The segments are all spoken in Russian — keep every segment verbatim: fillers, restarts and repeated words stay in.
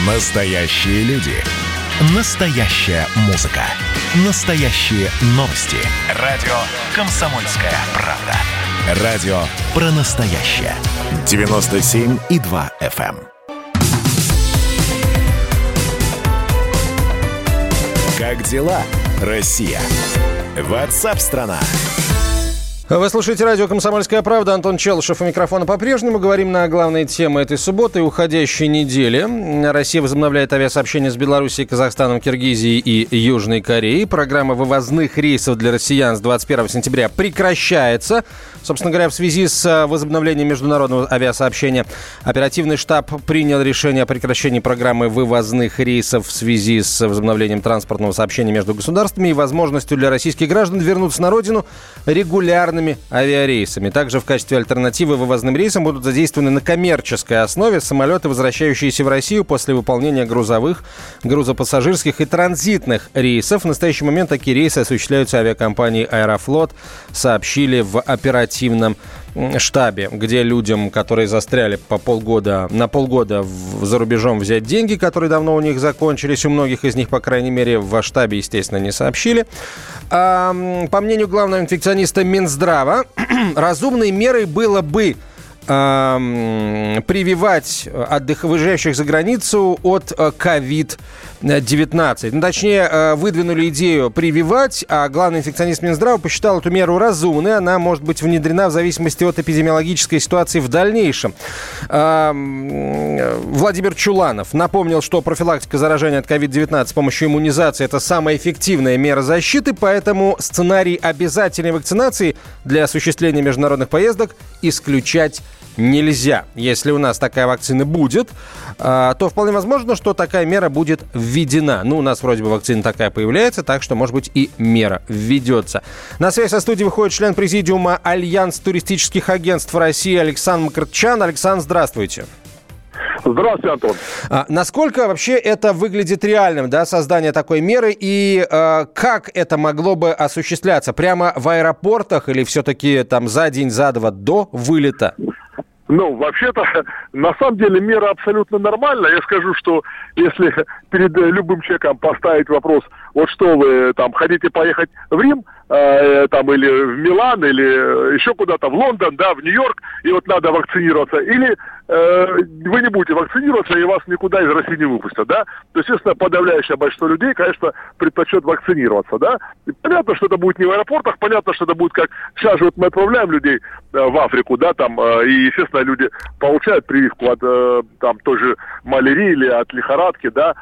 Настоящие люди. Настоящая музыка. Настоящие новости. Радио «Комсомольская правда». Радио про настоящее. девяносто семь и два эф эм. Как дела, Россия? Ватсап-страна! Вы слушаете радио «Комсомольская правда». Антон Челышев у микрофона по-прежнему. Говорим на главные темы этой субботы и уходящей недели. Россия возобновляет авиасообщение с Белоруссией, Казахстаном, Киргизией и Южной Кореей. Программа вывозных рейсов для россиян с двадцать первого сентября прекращается. Собственно говоря, в связи с возобновлением международного авиасообщения оперативный штаб принял решение о прекращении программы вывозных рейсов в связи с возобновлением транспортного сообщения между государствами и возможностью для российских граждан вернуться на родину регулярно авиарейсами. Также в качестве альтернативы вывозным рейсам будут задействованы на коммерческой основе самолеты, возвращающиеся в Россию после выполнения грузовых, грузопассажирских и транзитных рейсов. В настоящий момент такие рейсы осуществляются авиакомпанией «Аэрофлот», сообщили в оперативном штабе, где людям, которые застряли по полгода, на полгода в, за рубежом, взять деньги, которые давно у них закончились. У многих из них, по крайней мере, в штабе, естественно, не сообщили. А, по мнению главного инфекциониста Минздрава, разумной мерой было бы прививать отдых, выезжающих за границу от ковид девятнадцать. Ну, точнее, выдвинули идею прививать, а главный инфекционист Минздрава посчитал эту меру разумной. Она может быть внедрена в зависимости от эпидемиологической ситуации в дальнейшем. Владимир Чуланов напомнил, что профилактика заражения от ковид девятнадцать с помощью иммунизации – это самая эффективная мера защиты, поэтому сценарий обязательной вакцинации для осуществления международных поездок исключать нельзя. Если у нас такая вакцина будет, то вполне возможно, что такая мера будет введена. Ну, у нас вроде бы вакцина такая появляется, так что, может быть, и мера введется. На связь со студией выходит член президиума Альянс туристических агентств России Александр Мкртчян. Александр, здравствуйте. Здравствуйте, Антон. А, насколько вообще это выглядит реальным, да, создание такой меры, и а, как это могло бы осуществляться? Прямо в аэропортах или все-таки там за день, за два до вылета? Ну, вообще-то, на самом деле, мера абсолютно нормальная. Я скажу, что если перед любым человеком поставить вопрос, вот что вы там хотите поехать в Рим, э, там, или в Милан, или еще куда-то, в Лондон, да, в Нью-Йорк, и вот надо вакцинироваться, или э, вы не будете вакцинироваться, и вас никуда из России не выпустят, да, то, естественно, подавляющее большинство людей, конечно, предпочет вакцинироваться, да. И понятно, что это будет не в аэропортах, понятно, что это будет как, сейчас же вот мы отправляем людей э, в Африку, да, там, э, и, естественно, люди получают прививку от э, там той же малярии или от лихорадки, да,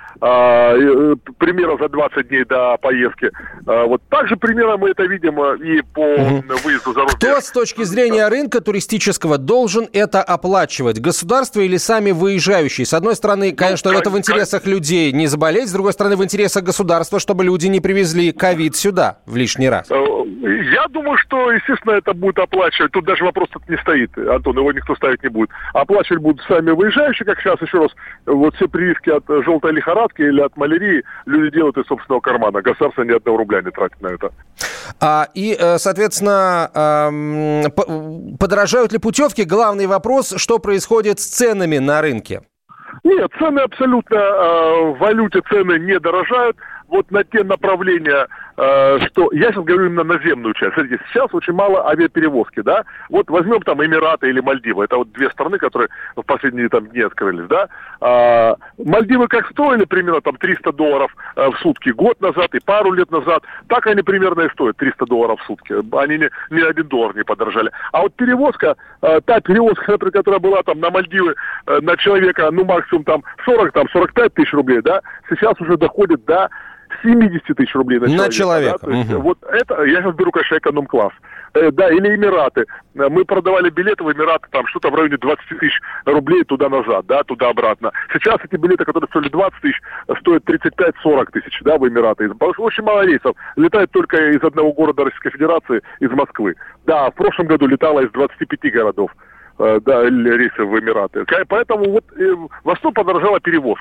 э, примерно за двадцать дней до поездки. Э, вот так же примерно мы это видим и по угу. выезду за рубеж. Кто с точки зрения рынка туристического должен это оплачивать? Государство или сами выезжающие? С одной стороны, конечно, ну, это в интересах людей не заболеть, с другой стороны, в интересах государства, чтобы люди не привезли ковид сюда в лишний раз. Я думаю, что, естественно, это будет оплачивать. Тут даже вопрос тут не стоит, Антон, его никто ставить не будет. Оплачивать будут сами выезжающие, как сейчас, еще раз, вот все прививки от желтой лихорадки или от малярии люди делают из собственного кармана. Государство ни одного рубля не тратит на это. А, и, соответственно, подорожают ли путевки? Главный вопрос, что происходит с ценами на рынке? Нет, цены абсолютно, в валюте цены не дорожают. Вот на те направления, э, что... Я сейчас говорю именно наземную часть. Смотрите, сейчас очень мало авиаперевозки, да? Вот возьмем там Эмираты или Мальдивы. Это вот две страны, которые в последние там дни открылись, да? А, Мальдивы как стоили примерно там триста долларов э, в сутки год назад и пару лет назад, так они примерно и стоят триста долларов в сутки. Они ни, ни один доллар не подорожали. А вот перевозка, э, та перевозка, например, которая была там на Мальдивы э, на человека, ну максимум там сорок, там сорок пять тысяч рублей, да? Сейчас уже доходит до семьдесят тысяч рублей на человека. На человека. Да? То есть, угу. Вот это, я сейчас беру, конечно, эконом-класс. Э, да, или Эмираты. Мы продавали билеты в Эмираты, там что-то в районе двадцать тысяч рублей туда-назад, да, туда-обратно. Сейчас эти билеты, которые стоили двадцать тысяч, стоят тридцать пять сорок тысяч, да, в Эмираты. Очень мало рейсов. Летает только из одного города Российской Федерации, из Москвы. Да, в прошлом году летало из двадцати пяти городов. Да, рейсы в Эмираты. Поэтому вот э, во что подорожала перевозка.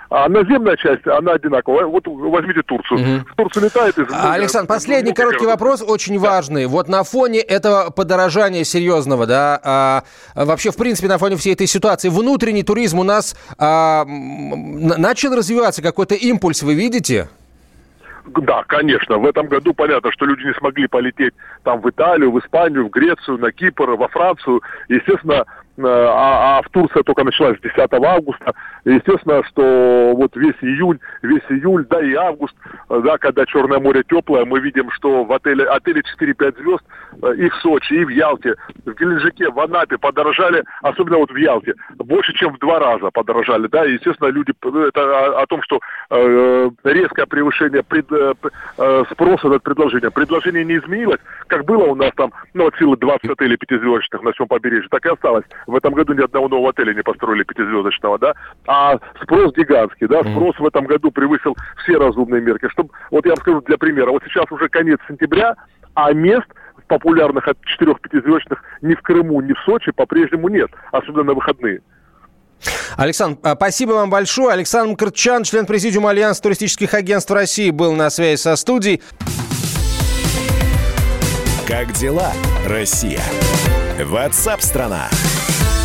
А наземная часть, она одинаковая. Вот возьмите Турцию. Угу. В Турцию летает... Из... Александр, последний короткий вопрос, очень да. важный. Вот на фоне этого подорожания серьезного, да, а, вообще, в принципе, на фоне всей этой ситуации, внутренний туризм у нас а, начал развиваться, какой-то импульс, вы видите? Да, конечно. В этом году понятно, что люди не смогли полететь там в Италию, в Испанию, в Грецию, на Кипр, во Францию. Естественно, а, а в Турции только началась с десятого августа. Естественно, что вот весь июль, весь июль, да и август, да, когда Черное море теплое, мы видим, что в отеле, отеле четыре-пять звезд и в Сочи, и в Ялте, в Геленджике, в Анапе подорожали, особенно вот в Ялте, больше, чем в два раза подорожали, да, и, естественно, люди, это о, о том, что э, резкое превышение пред, э, спроса над предложением. Предложение не изменилось, как было у нас там, ну, от силы двадцать отелей пятизвездочных на всем побережье, так и осталось. В этом году ни одного нового отеля не построили пятизвездочного, да, а спрос гигантский, да, спрос mm-hmm. в этом году превысил все разумные мерки. Чтобы, вот я вам скажу для примера, вот сейчас уже конец сентября, а мест популярных от четырех-пятизвездочных ни в Крыму, ни в Сочи по-прежнему нет, особенно на выходные. Александр, спасибо вам большое. Александр Мкртчян, член президиума Альянса туристических агентств России, был на связи со студией. Как дела, Россия? WhatsApp-страна.